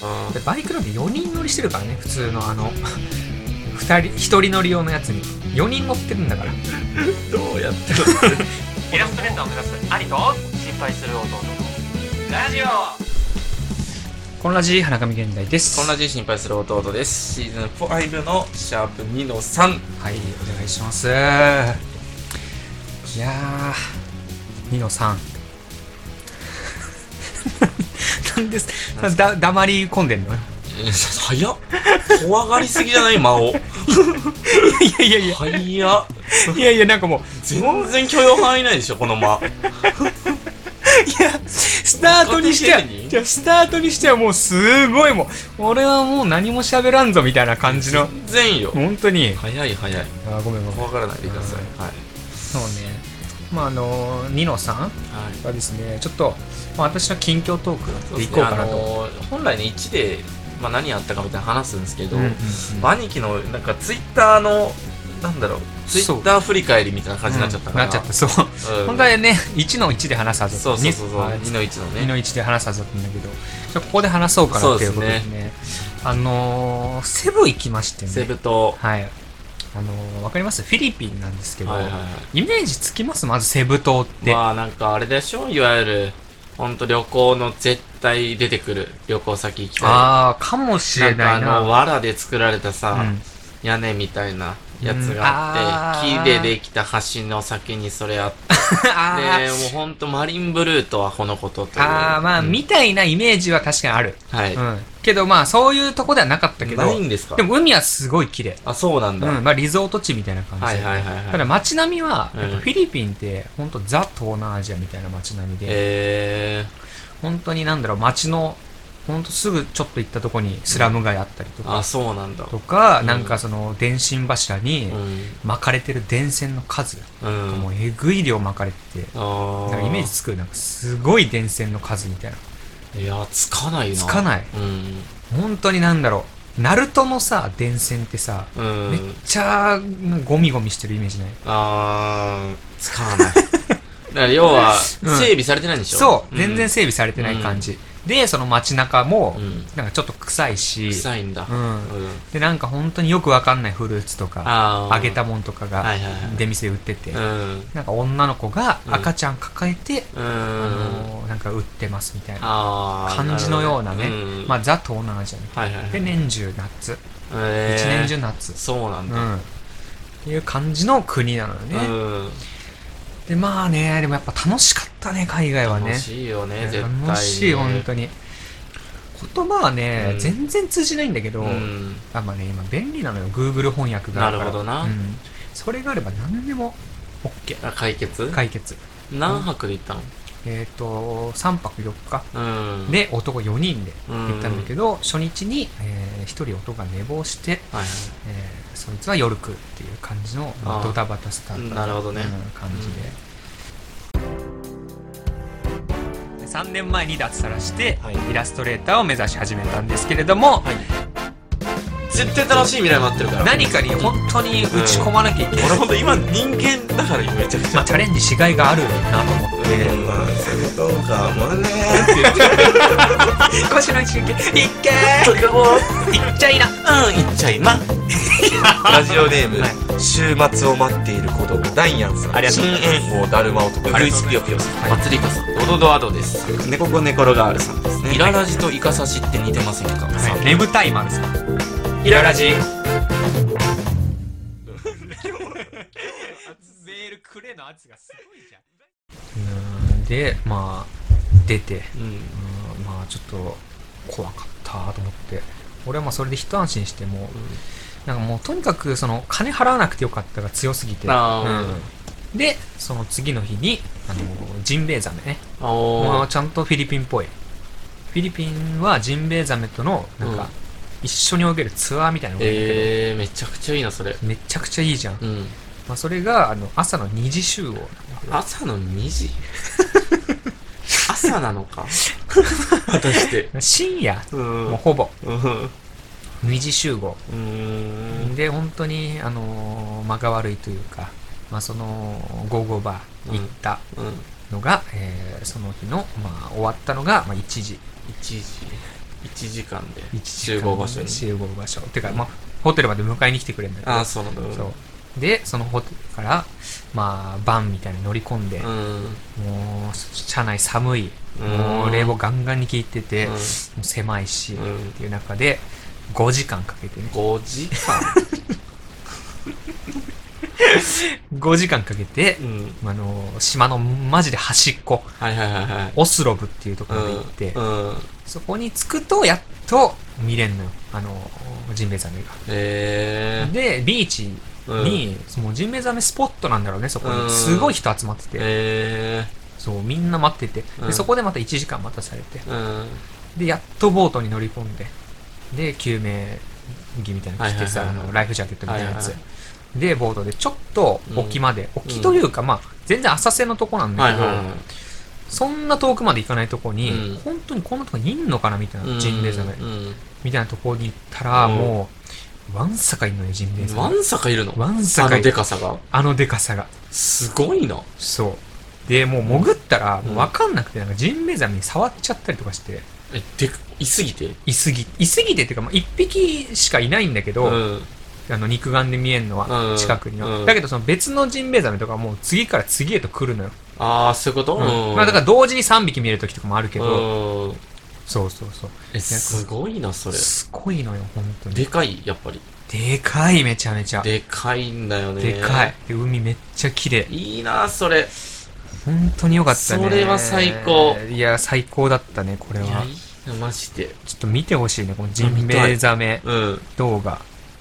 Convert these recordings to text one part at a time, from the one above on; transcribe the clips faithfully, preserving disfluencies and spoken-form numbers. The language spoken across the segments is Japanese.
でバイクなんてよにん乗りしてるからね、普通のあのふたりひとり乗り用のやつによにん乗ってるんだからどうやってるイラストレーターを目指す兄と心配する弟のラジオ。このラジ花上現代です。 こんなじ心配する弟です。シーズンごのシャープにのさん。 はい、お願いします。いやーにのさんなんですだ黙り込んでんの。 えー、早っ怖がりすぎじゃない間をいやいやいや早っいやいやなんかもう全然許容範囲ないでしょこの間。 いやスタートにしてはじゃスタートにしてはもうすごいもう俺はもう何も喋らんぞみたいな感じの全よ本当に早い早い。 あごめんごめん怖がらないでください。はいそうね。まああのニノさんはですね、はい、ちょっと、まあ、私の近況トークでいこうかなと、ねあのー、本来ねいちで、まあ、何あったかみたいな話すんですけど、うんうんうん、兄貴のなんかツイッターのなんだろうツイッター振り返りみたいな感じになっちゃったから、 うん、なっちゃったそう、うん、本当はねいちのいちで話すはずそうそうそうそうにのいちのねにのいちで話すはずだったんだけどここで話そうかなっていうことですね。ですねあのー、セブ行きましてね。 セブ島はいあのー、わかります？フィリピンなんですけど、 はいはいはい、 イメージつきます？まずセブ島ってまあなんかあれでしょいわゆる本当旅行の絶対出てくる旅行先行きたいああかもしれないな。 なんかあの藁で作られたさ、うん、屋根みたいなやつがあって、うん、木でできた橋の先にそれあってでもうほんとマリンブルーとはこのことというああまあ、うん、みたいなイメージは確かにあるはい、うん、 けどまあそういうとこではなかったけどないんですか。 でも海はすごい綺麗。 あそうなんだ、 うんまあ、リゾート地みたいな感じで、 はいはいはいはい、 ただ街並みはやっぱフィリピンってほんとザ東南アジアみたいな街並みで、 えー、本当になんだろう街のほんとすぐちょっと行ったとこにスラム街あったりとか、 うん、あそうなんだとか、うん、なんかその電信柱に巻かれてる電線の数が、うん、もうえぐい量巻かれてて、うん、なんかイメージつくなんかすごい電線の数みたいな。 いやつかないなつかない、うん、本当になんだろうナルトのさ電線ってさ、うん、めっちゃゴミゴミしてるイメージない？ あーつかないだから要は整備されてないんでしょ、 うん、そう、うん、全然整備されてない感じ、うんでその街中もなんかちょっと臭いし、 うん、臭いんだ、 うんうん、でなんか本当によくわかんないフルーツとか揚げたもんとかが出店売ってて、はいはいはい、なんか女の子が赤ちゃん抱えて、うん、あのー、なんか売ってますみたいな感じのようなね、うん、まあザ東南アジアみたいな、はいはいはい、で年中夏、えー、一年中夏そうなんだ、うん、 っていう感じの国なのよね、うんでまあねでもやっぱ楽しかったね海外はね。 楽しいよね絶対に楽しい本当に。言葉はね、うん、全然通じないんだけど、うん、あまあね今便利なのよ Google 翻訳があるから。 なるほどな、 うん、それがあれば何でも OK。 あ解決解決。 何泊で行ったの？ えっ、ー、とさんぱくよっか、うん、で男よにんで行ったんだけど、うん、初日に、えー、ひとり男が寝坊して、はいはいえー、そいつは夜来るっていう感じのドタバタスタートなるほどね、 うん、感じで、うん、さんねんまえに脱サラして、はい、イラストレーターを目指し始めたんですけれども、はい絶対楽しい未来待ってるから何かに本当に打ち込まなきゃいけない、 うん、俺本当今人間だからめちゃくちゃ、 まあ、チャレンジしがいがあるなと思って、 うん、まあそういうことかもねーって言って腰の一撃いっけーいっちゃいなうんいっちゃいなラジオネーム、はい、週末を待っている子供ダイアンさん、新援護だるま男グイスピヨピヨさん、まつりかさん、ドドドアドです、猫子ネコロガールさんですね。イララジとイカサシって似てませんか、 はい、ねぶたいまるさんイララジメールくれの圧がすごいじゃん。うんでまあ出て、うん、うんまあちょっと怖かったと思って俺はまあそれで一安心しても、うん、なんかもうとにかくその金払わなくてよかったが強すぎて、うん、でその次の日にあのジンベエザメねまあちゃんとフィリピンっぽいフィリピンはジンベエザメとのなんか、うん一緒に泳げるツアーみたいなのがあるけど、 えー、めちゃくちゃいいなそれ。 めちゃくちゃいいじゃん、うんまあ、それがあの朝のにじ集合。 朝のにじ朝なのか果たして深夜、うん、もうほぼ、うん、にじ集合うんで本当にあのー、間が悪いというか、まあ、そのゴーゴーバー行ったのが、うんうんえー、その日の、まあ、終わったのが、まあ、いちじいちじいちじかんでいちじかん集合場所に集合場所てか、まあ、ホテルまで迎えに来てくれるんだけど、 ああそうなんだ、うん、 そうでそのホテルからまあバンみたいに乗り込んで、 うん、 もう車内寒い、うん、もう冷房ガンガンに効いてて、うん、もう狭いし、うん、っていう中でごじかんかけてねごじかんごじかんかけて、うん、あの島のマジで端っこ、 はいはいはいはい、 オスロブっていうところまで行って、 うんうん、 そこに着くとやっと見れんのよ、あのジンベエザメが。 へー。 でビーチに、うん、そのジンベエザメスポットなんだろうね、そこにすごい人集まってて、 へー、 そうみんな待ってて、 うん、 でそこでまたいちじかん待たされて、 うん、 でやっとボートに乗り込んで、で救命着みたいなの着てさ、あのライフジャケットみたいなやつ、はいはいはい、でボートでちょっと沖まで、うん、沖というか、まあ全然浅瀬のとこなんだけど、はいはいはい、そんな遠くまで行かないとこに、うん、本当にこんなとこにいんのかなみたいな、ジンベエザメ、うん、みたいなとこに行ったら、うん、もうワンサカいるのよ、ジンベエザメ。 ワンサカいるの？ ワンサカいる。 あのデカさがあのデカさがすごいな。 そうでもう潜ったら、もう分かんなくて、なんかジンベエザメに触っちゃったりとかして、 えでいすぎていすぎいすぎてっていうか、まあ、いっぴきしかいないんだけど、うん、あの肉眼で見えるのは近くにの、うん、だけどその別のジンベエザメとかもう次から次へと来るのよ。 ああそういうこと、うん、 まあ、だから同時にさんびき見える時とかもあるけど、うん、そうそうそう、 えすごいなそれ。 すごいのよ本当に。 でかい、やっぱりでかい、めちゃめちゃでかいんだよね。 でかい。で海めっちゃ綺麗。 いいなそれ。 本当によかったね。 それは最高。 いや最高だったねこれは。いやいやマジでちょっと見てほしいね、このジンベエザメ動画、うん、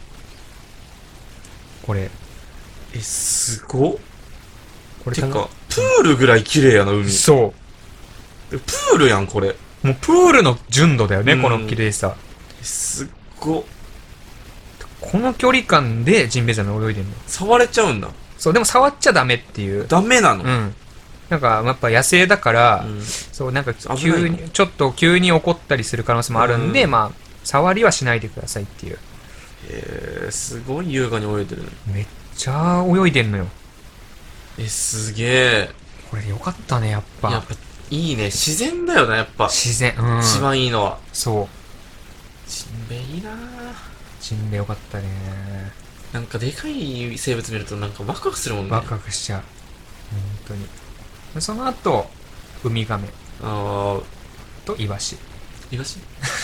これえすごっ。 これてかプールぐらい綺麗やな海。 そうプールやんこれ。 もうプールの純度だよね、うん、この綺麗さ。 すっご。 この距離感でジンベエザメ泳いでんの。 触れちゃうんだ。 そうでも触っちゃダメっていう。 ダメなの？ うん。なんかやっぱ野生だから、うん、そうなんか急にちょっと急に起こったりする可能性もあるんで、うん、まあ触りはしないでくださいっていう。 へえすごい優雅に泳いでる。 めっちゃ泳いでんのよ。 えすげえ。 これよかったねやっぱ。 やっぱいいね、自然だよねやっぱ。 自然、うん、 一番いいのは。そうジンベエいいな。 ジンベエよかったね。 なんかでかい生物見るとなんかワクワクするもんね。 ワクワクしちゃう本当に。その後ウミガメあとイワシ。 イワシ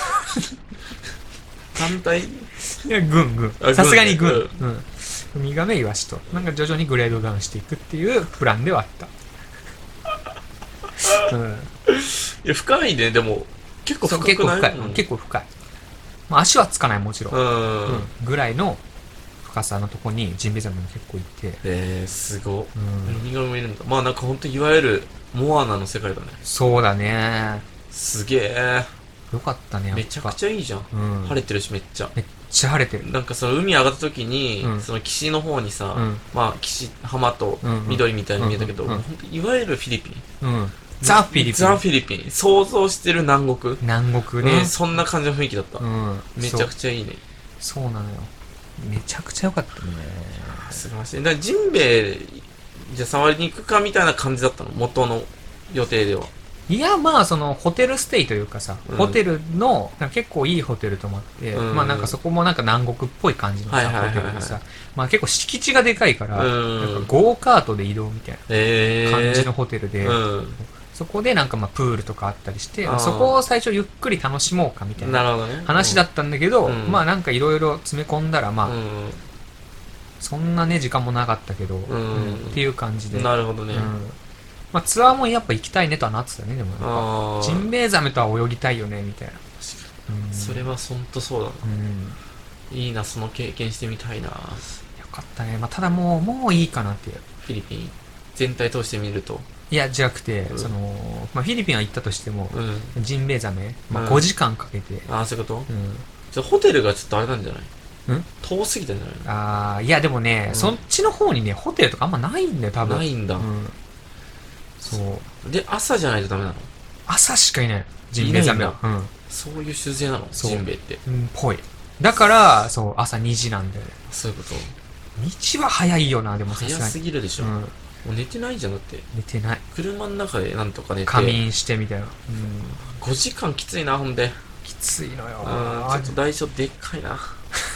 単体。いや軍軍さすがに軍、うん、ウミガメイワシとなんか徐々にグレードダウンしていくっていうプランではあった、うん、 いや深いね。でも結構深くない？ 結構深い、うん、結構深い、まあ、足はつかないもちろん、うんうん、ぐらいの深さのとこにジンベエザメも結構いて。 えー、すごっ。ウミガメもいるんだ。まあなんか本当いわゆるモアナの世界だね。 そうだね。 すげえよかったね。やっぱめちゃくちゃいいじゃん、うん、晴れてるしめっちゃめっちゃ晴れてる。 なんかその海上がった時に、うん、その岸の方にさ、うん、まあ岸浜と緑みたいに見えたけど、うんうん、本当いわゆるフィリピン、うん、ザ・フィリピンザ・フィリピン想像してる南国南国ね、 うん、そんな感じの雰囲気だった、うん、めちゃくちゃいいね。 そうなのよ。めちゃくちゃ良かったね。 素晴らしい。だからジンベエじゃ触りに行くかみたいな感じだったの元の予定では。 いやまあそのホテルステイというかさ、うん、ホテルの結構いいホテル泊まって、うん、まあなんかそこもなんか南国っぽい感じのさ、ホテルでさ、まあ結構敷地がでかいから、うん、なんかゴーカートで移動みたいな感じのホテルで、えーうん、そこでなんかまあプールとかあったりして、そこを最初ゆっくり楽しもうかみたいな話だったんだけど、まあなんかいろいろ詰め込んだらまあ、そんなね時間もなかったけど、っていう感じで。 なるほどね。 まあ、ツアーもやっぱ行きたいねとはなってたね。でもなんかジンベエザメとは泳ぎたいよねみたいな。 うん、それはほんとそうだな、うん、いいな、その経験してみたいな。よかったね、まあ、ただもうもういいかなっていう。 フィリピン全体通してみると。 いやじゃなくて、うん、そのまあ、フィリピンは行ったとしても、うん、ジンベエザメ、まあ、ごじかんかけて、 うん、ああそういうこと、うん、じゃあホテルがちょっとあれなんじゃない？ん遠すぎたんじゃないの？ ああいやでもね、うん、そっちの方にねホテルとかあんまないんだよ多分。 ないんだ、うん、そうで朝じゃないとダメなの？朝しかいないジンベエザメは。 うん、そういう種勢なのジンベエって。 うんぽい。だからそう朝にじなんだよね。 そういうこと。 にじは早いよな。でもさすがに早すぎるでしょ、うん、もう寝てないじゃんだって。 寝てない。 車の中でなんとか寝て仮眠してみたいな、うん、 ごじかんきついな。ほんできついのよ。 ちょっと代償でっかいな。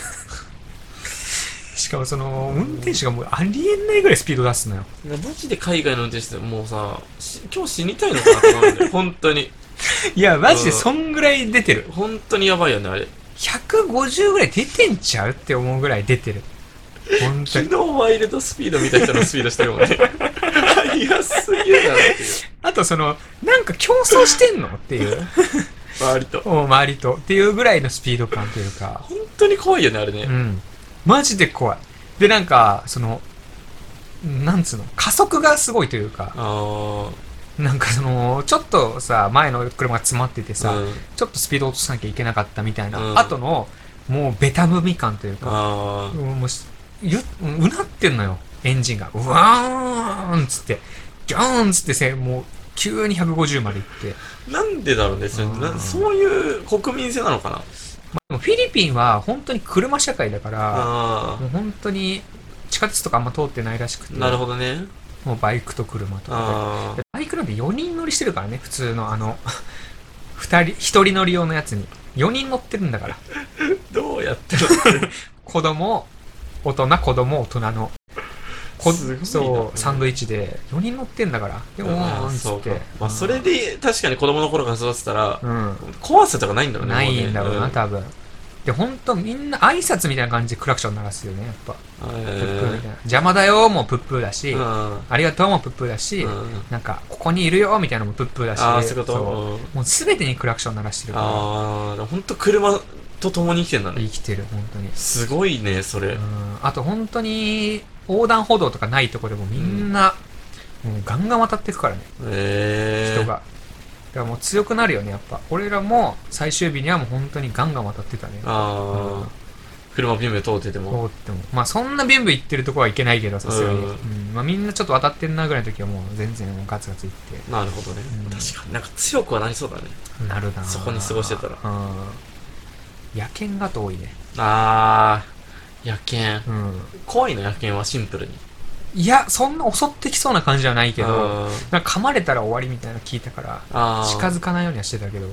しかもその運転手がもうありえないぐらいスピード出すのよ。 マジで海外の運転手ってもうさ、今日死にたいのかなと思うんだよ。本当に。 いやマジでそんぐらい出てる。 本当にやばいよねあれ。 ひゃくごじゅうぐらい出てんちゃうって思うぐらい出てる。本当に。 昨日ワイルドスピード見た人のスピードしてるもんね。速すぎるなっていう。 あとそのなんか競争してんのっていう。 周りと。 周りとっていうぐらいのスピード感というか。 本当に怖いよねあれね。 うん。マジで怖い。でなんかそのなんつうの加速がすごいというか。 ああ。 なんかそのちょっとさ前の車が詰まっててさ、 うん、 ちょっとスピード落とさなきゃいけなかったみたいな、 うん、 後のもうベタ踏み感というか、 あもうゆうなってんのよエンジンがうわーんっつってギャーンっつってせもう急にひゃくごじゅうまでいって、 なんでだろうねそれなそういう国民性なのかな。まあ、でもフィリピンは本当に車社会だからあもう本当に地下鉄とかあんま通ってないらしくて。 なるほどね。 もうバイクと車とかでバイクなんてよにん乗りしてるからね普通のあのふたりひとり乗り用のやつによにん乗ってるんだからどうやって子供大人子供大人のこそうサンドイッチでよにん乗ってんだからでもーんっつって、 まあ、それで確かに子供の頃から育ってたら、 うん、 怖さとかないんだろうね。 ないんだろうな、 うん、 多分で本当みんな挨拶みたいな感じでクラクション鳴らすよねやっぱ、 えー、 プップーみたいな邪魔だよもプップーだし、 うん、 ありがとうもプップーだし、うん、なんかここにいるよみたいなのもプップーだし、 あーそういうこと。 そう、うん、もう全てにクラクション鳴らしてるから。 ああ本当車と共に生きてんだね。 生きてる本当にすごいねそれ。うんあと本当に横断歩道とかないとこでもみんな、うん、もうガンガン渡っていくからね、 えー、 人がだからもう強くなるよねやっぱ。俺らも最終日にはもう本当にガンガン渡ってたね。 ああ、うん、車ビュンビュン通ってても通ってもまあそんなビュンビュン行ってるとこはいけないけどさすがに、うんうんまあ、みんなちょっと渡ってんなぐらいの時はもう全然もうガツガツ行って。 なるほどね、うん、確かになんか強くはなりそうだね。 なるなそこに過ごしてたら。うん野犬が遠いね。 ああ野犬、 うん、 怖いの野犬はシンプルに。 いやそんな襲ってきそうな感じはないけどなんか噛まれたら終わりみたいなの聞いたから近づかないようにはしてたけど、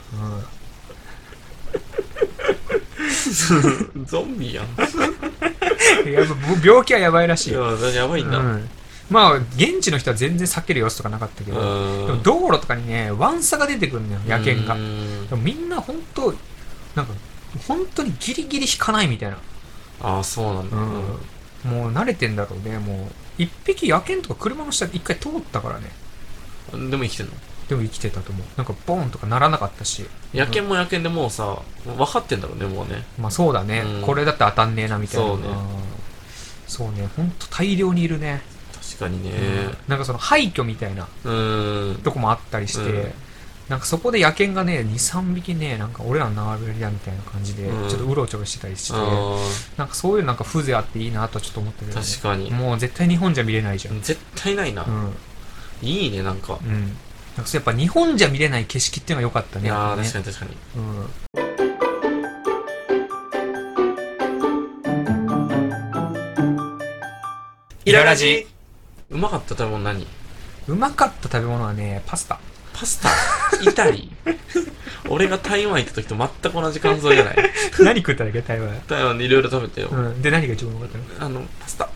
うん、ゾンビやん。 や病気はやばいらしいよ。 いややばいんだ、うん、 まあ現地の人は全然避ける様子とかなかったけど、でも道路とかにねワンサが出てくるのよ野犬が。でもみんな本当なんか本当にギリギリ引かないみたいな。 ああそうなんだ、うんもう慣れてんだろうね。もう一匹野犬とか車の下で一回通ったからね。 でも生きてんの？ でも生きてたと思う。なんかボーンとかならなかったし。 野犬も野犬でもうさ分かってんだろうねもうね。 まあそうだね、うん、これだって当たんねえなみたいな。そうねそうねほんと大量にいるね。 確かにね、 うん、なんかその廃墟みたいなとこもあったりして、うん、なんかそこで野犬がねにさんびきねなんか俺らの縄張りだみたいな感じで、うん、ちょっとうろちょろしてたりして、なんかそういうなんか風情あっていいなとちょっと思ってる、ね、 確かにもう絶対日本じゃ見れないじゃん。 絶対ないな、うん、いいねなんか、 うん、なんかやっぱ日本じゃ見れない景色っていうのが良かったね。 いやー、 ね、 確かに確かに、うんイララジ。うまかった食べ物何？ うまかった食べ物はねパスタ。 パスタイタリー俺が台湾行った時と全く同じ感想じゃない？ 何食ったんだっけ台湾？ 台湾でいろいろ食べたよ、 うん、で何が一番うまかったの？ あのパスタ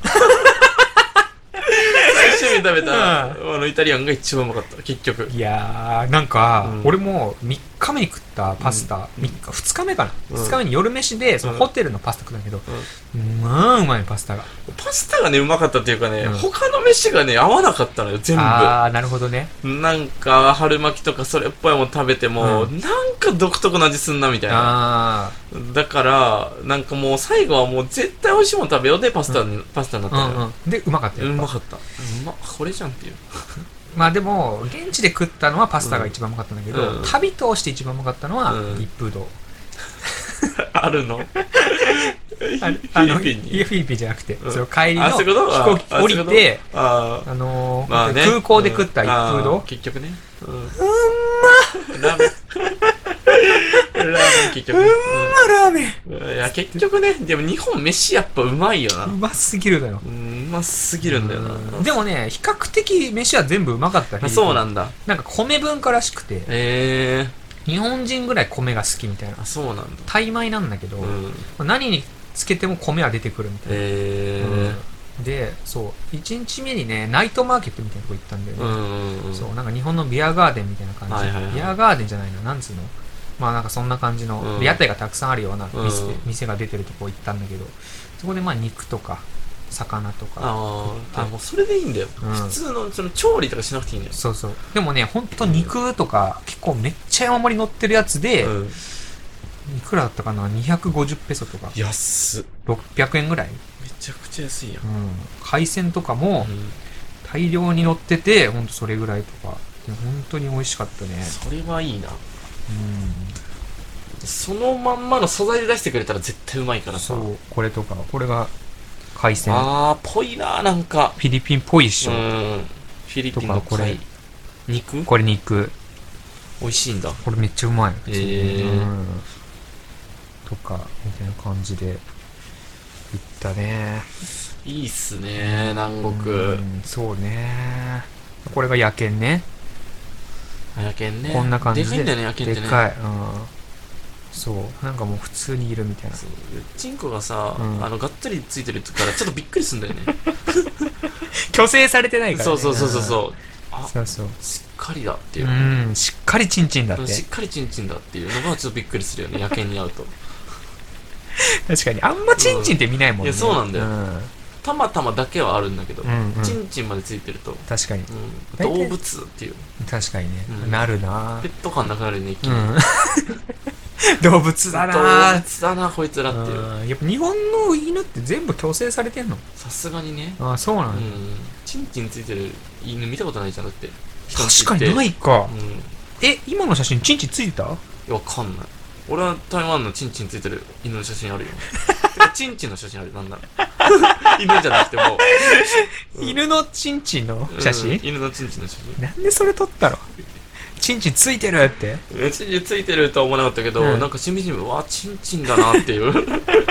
最初に食べた、うん、あのイタリアンが一番うまかった結局。いやーなんか、うん、俺もみっかめに食ったパスタ、うん、みっかふつかめかな、うん、ふつかめに夜飯でそのホテルのパスタ食ったんだけど、うん、まあうまいパスタが。 パスタがねうまかったっていうかね、うん、他の飯がね合わなかったのよ全部。 ああなるほどね。 なんか春巻きとかそれっぽいもの食べても、うん、なんか独特な味すんなみたいな。あだからなんかもう最後はもう絶対美味しいもの食べようでパスタ、うん、パスタになったのよ、うんうん、でうまかったよ。 うまかった。うまこれじゃんっていうまあでも現地で食ったのはパスタが一番うまかったんだけど、うん、旅通して一番うまかったのは一風堂、うん、 あるのあのフィリピンじゃなくて、うん、その帰りの飛行機降りてあ、あのーまあね、空港で食った一風堂、 うん、結局ね、うん、うんまラーメンラーメン結局うんまラーメン。いや結局ねでも日本飯やっぱうまいよな。 うますぎるだよ。 うんうますぎるんだよな。 でもね比較的飯は全部うまかった。 そうなんだ。 なんか米文化らしくて、 えー、 日本人ぐらい米が好きみたいな。 あ、そうなんだ。 タイ米なんだけど、うん、何につけても米は出てくるみたいな。 へー。 うん、で、そう、いちにちめにね、ナイトマーケットみたいなとこ行ったんだよね。 うんうん、 そう、なんか日本のビアガーデンみたいな感じ。はいはいはい、ビアガーデンじゃないな、なんつうの。まあなんかそんな感じの、うん、屋台がたくさんあるような店、うん、店が出てるとこ行ったんだけど、そこでまあ肉とか、魚とか。 ああ、もうそれでいいんだよ。うん、普通のその調理とかしなくていいんだよ。 そうそう。でもね、ほんと肉とか、結構めっちゃ山盛り乗ってるやつで、うん、いくらだったかな ?にひゃくごじゅう ペソとか。 安っ。 ろっぴゃくえんぐらい。 めちゃくちゃ安いやん。 うん。海鮮とかも、大量に乗ってて、ほんとそれぐらいとか。で本当に美味しかったね。 それはいいな。うん。 そそのまんまの素材で出してくれたら絶対うまいからさ。 そう、これとか、これが海鮮。 あー、ぽいな、なんか。 フィリピンっぽいっしょ。 うん。フィリピンのこれ。 肉これ肉。 美味しいんだ。 これめっちゃうまい。 えー。うん。 とか、みたいな感じで、行ったね。 いいっすね、南国。 うん、そうね。これが野犬ね。 野犬ね。 こんな感じで。 でかいんだよね、野犬ってね。 でかい。うん。そう。なんかもう普通にいるみたいな。 そう。チンコがさ、うん、あの、がっつりついてるからちょっとびっくりするんだよね。 虚勢されてないからね。 そうそうそうそう。 あ、そうそう。 しっかりだっていう。 うん、しっかりチンチンだって。 しっかりチンチンだっていうのがちょっとびっくりするよね、野犬に会うと。 確かに、あんまチンチンって見ないもんね。 うん、いや、そうなんだよ。うんたまたまだけはあるんだけど、うんうん、チンチンまでついてると確かに、 うん、動物っていう確かにね、うん、なるなペット感なくなるね、一気に、 うん、動物だな動物だなこいつらっていう。 やっぱ日本の犬って全部矯正されてんの？ さすがにね。 ああ、そうなんだ、うん、 チンチンついてる犬見たことないじゃん。だって確かにないか、うん、え、今の写真チンチンついてた？いや、わかんない。俺は台湾のチンチンついてる犬の写真あるよ。チンチンの写真ある、なんなら。犬じゃなくても。 うん、犬のチンチンの写真、うん、 犬のチンチンの写真。 なんでそれ撮ったの？チンチンついてるって。 チンチンついてるとは思わなかったけど、うん、なんかしみじみ、わ、チンチンだなっていう。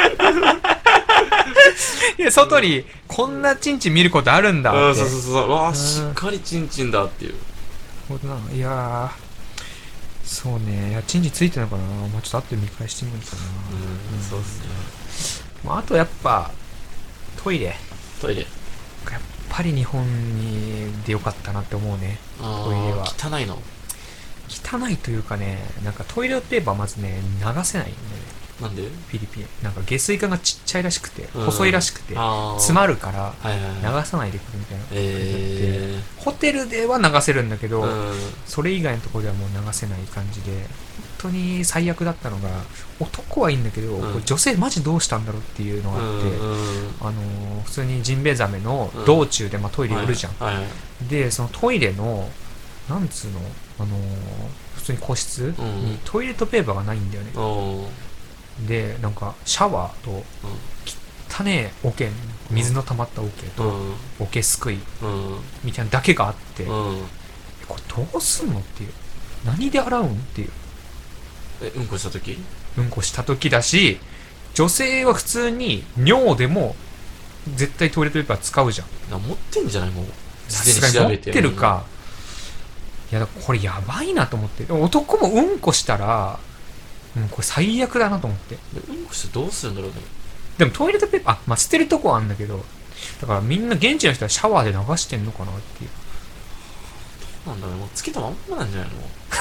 いや、外にこんなチンチン見ることあるんだって。 うん、そうそうそう。わ、しっかりチンチンだっていう。 ほんとな。いやー。そうね、いや、チンチンついてるのかな、まあ、ちょっと後で見返してみるかな。 うん、うん、そうですね。 まあ、あとやっぱトイレトイレやっぱり日本にでよかったなって思うね。トイレは汚いの？ 汚いというかね、なんかトイレットペーパーまずね流せないんだよね。 なんで？ フィリピンなんか下水管がちっちゃいらしくて、うん、細いらしくて詰まるから流さないでくるみたいな、 えー、ホテルでは流せるんだけど、うん、それ以外のところではもう流せない感じで、本当に最悪だったのが、男はいいんだけど、うん、女性マジどうしたんだろうっていうのがあって、うん、あのー、普通にジンベエザメの道中で、まあ、トイレ売るじゃん、 はいはいはい、 でそのトイレのなんつうの、あのー、普通に個室にトイレットペーパーがないんだよね、うん、でなんかシャワーと、うん、汚ねえ桶、水の溜まった桶と、うん、桶すくい、うん、みたいなだけがあって、うん、これどうすんのっていう、何で洗うんっていう、 え、うんこしたときうんこしたときだし、女性は普通に尿でも絶対トイレットペーパー使うじゃん。 な、持ってんじゃない？もうさすがに持ってるか。いや、これやばいなと思って。男もうんこしたら、うん、これ最悪だなと思って。 うんこしてどうするんだろうね。 でもトイレットペーパー、あ、まあ、捨てるとこはあるんだけど、だからみんな現地の人はシャワーで流してんのかなっていう。 どうなんだろう、もうつけたまんまなんじゃないの？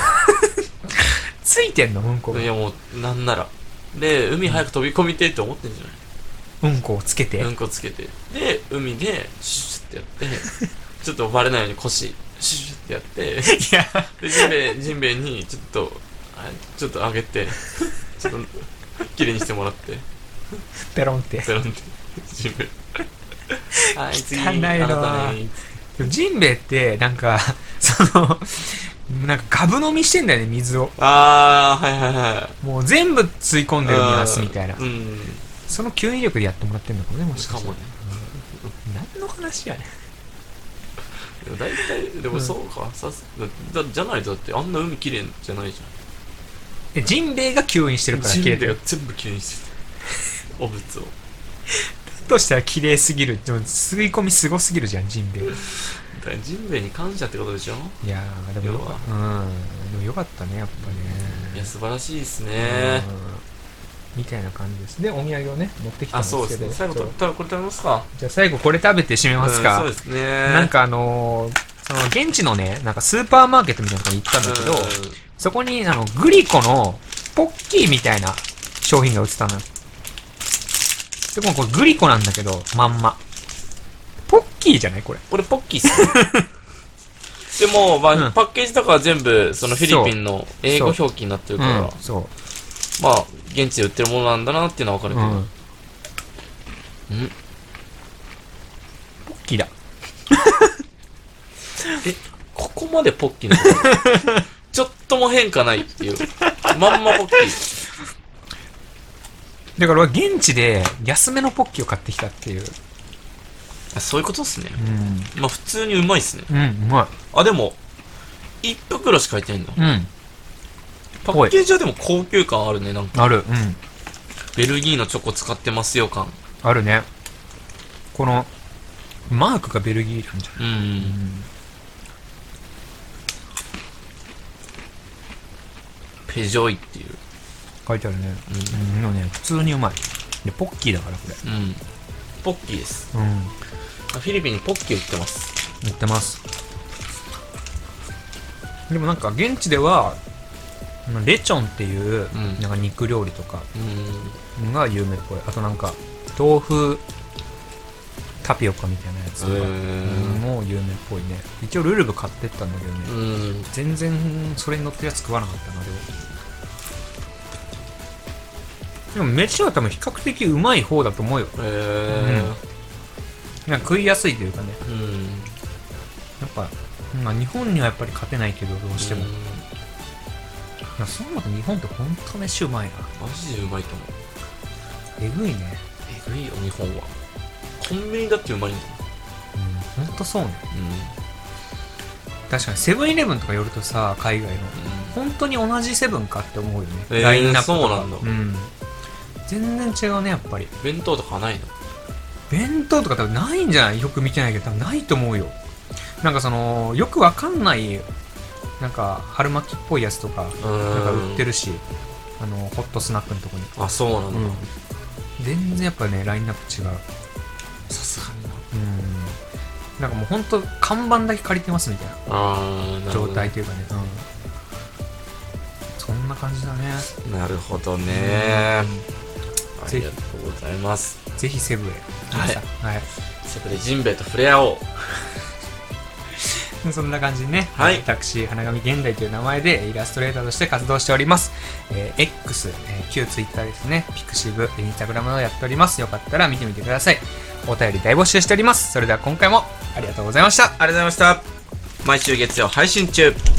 ついてんの？うんこが。 いや、もうなんならで、海早く飛び込みてって思ってんじゃない？ うんこをつけて、 うんこつけて、で海でシュッってやってちょっとバレないように腰シュッってやっていやでジンベエジンベエにちょっとちょっと上げてちょっと綺麗にしてもらってペロンってペロンってジンベエはい次汚いのはジンベエってなんかそのなんかガブ飲みしてんだよね、水を。 ああ、はいはいはい。 もう全部吸い込んでる目安みたいな、 うん、 その吸引力でやってもらってんのかもね、もしかしたら。 かもね、 うん、何の話やねん。 でも大体でもそうか、うん、さだじゃないとだってあんな海きれいじゃないじゃん。え、ジンベエが吸引してるからきれい。ジンベエが全部吸引してるお物を。だとしたら綺麗すぎる。でも吸い込みすごすぎるじゃん、ジンベエ。 ジンベエに感謝ってことでしょ。 いやーでもよか、うん、でもよかったね、やっぱね。 いや素晴らしいですね。 みたいな感じです。でお土産をね持ってきたんですけど、あ、そうですね。 最後これ食べますか。 じゃあ最後これ食べて締めますか。 うん、そうですね。 なんかあのー、その現地のねなんかスーパーマーケットみたいなとこに行ったんだけど、そこにあのグリコのポッキーみたいな商品が売ってたのよ。でもこれグリコなんだけどまんまポッキーじゃないこれ。 これポッキーっすね。でも、まあうん、パッケージとかは全部そのフィリピンの英語表記になってるから、 そう、うん、そうまあ現地で売ってるものなんだなっていうのは分かるけど、うん、んポッキーだ。 え、ここまでポッキーなのちょっとも変化ないっていうまんまポッキーだから俺現地で安めのポッキーを買ってきたっていう。 そういうことっすね。 うん、 まあ普通にうまいっすね。 うん、うまい。 あ、でもいち袋しか入ってないんだ。 うん。 パッケージはでも高級感あるね。なんかある。うん。 ベルギーのチョコ使ってますよ感あるね。このマークがベルギーなんじゃない。うん、うん、 ペジョイっていう書いてあるね。うん。うん、ね普通にうまい。でポッキーだからこれ。 うん。ポッキーです。うん。フィリピンにポッキー売ってます。 売ってます。でもなんか現地ではレチョンっていう、うん、なんか肉料理とかが有名っぽい。あとなんか豆腐タピオカみたいなやつとかも有名っぽいね。一応ルルブ買ってったんだけどね、うん、全然それに乗ってるやつ食わなかったな。でもでも飯は多分比較的うまい方だと思うよ。へー、うん、なんか食いやすいというかね、うん、やっぱ、まあ、日本にはやっぱり勝てないけどどうしても、うん、そう思うと日本ってほんと飯うまいな。 マジでうまいと思う。 えぐいね。 えぐいよ日本は。コンビニだってうまいんだもん。うん、ほんとそうね、うん、確かにセブンイレブンとか寄るとさ海外の、うん、本当に同じセブンかって思うよね、えー、ラインナップとか。そうなんだ、うん、全然違うねやっぱり。 弁当とかないの？ 弁当とか多分ないんじゃない？よく見てないけど多分ないと思うよ。なんかそのよくわかんないなんか春巻きっぽいやつとかなんか売ってるし、あのホットスナックのとこに。 あ、そうなんだ、うん、 全然やっぱねラインナップ違う。 さすがにな。 うん、なんかもうほんと看板だけ借りてますみたいな状態というかね、うん、そんな感じだね。 なるほどね、うん、ありがとうございます。 ぜひセブへ、はい、はい、 セブでジンベエと触れ合おうそんな感じでね、 はい、 私花神現代という名前でイラストレーターとして活動しております、えー、X、えー、旧 Twitter ですね、ピクシブ、Instagram などやっております。よかったら見てみてください。お便り大募集しております。それでは今回もありがとうございました。ありがとうございました。毎週月曜配信中。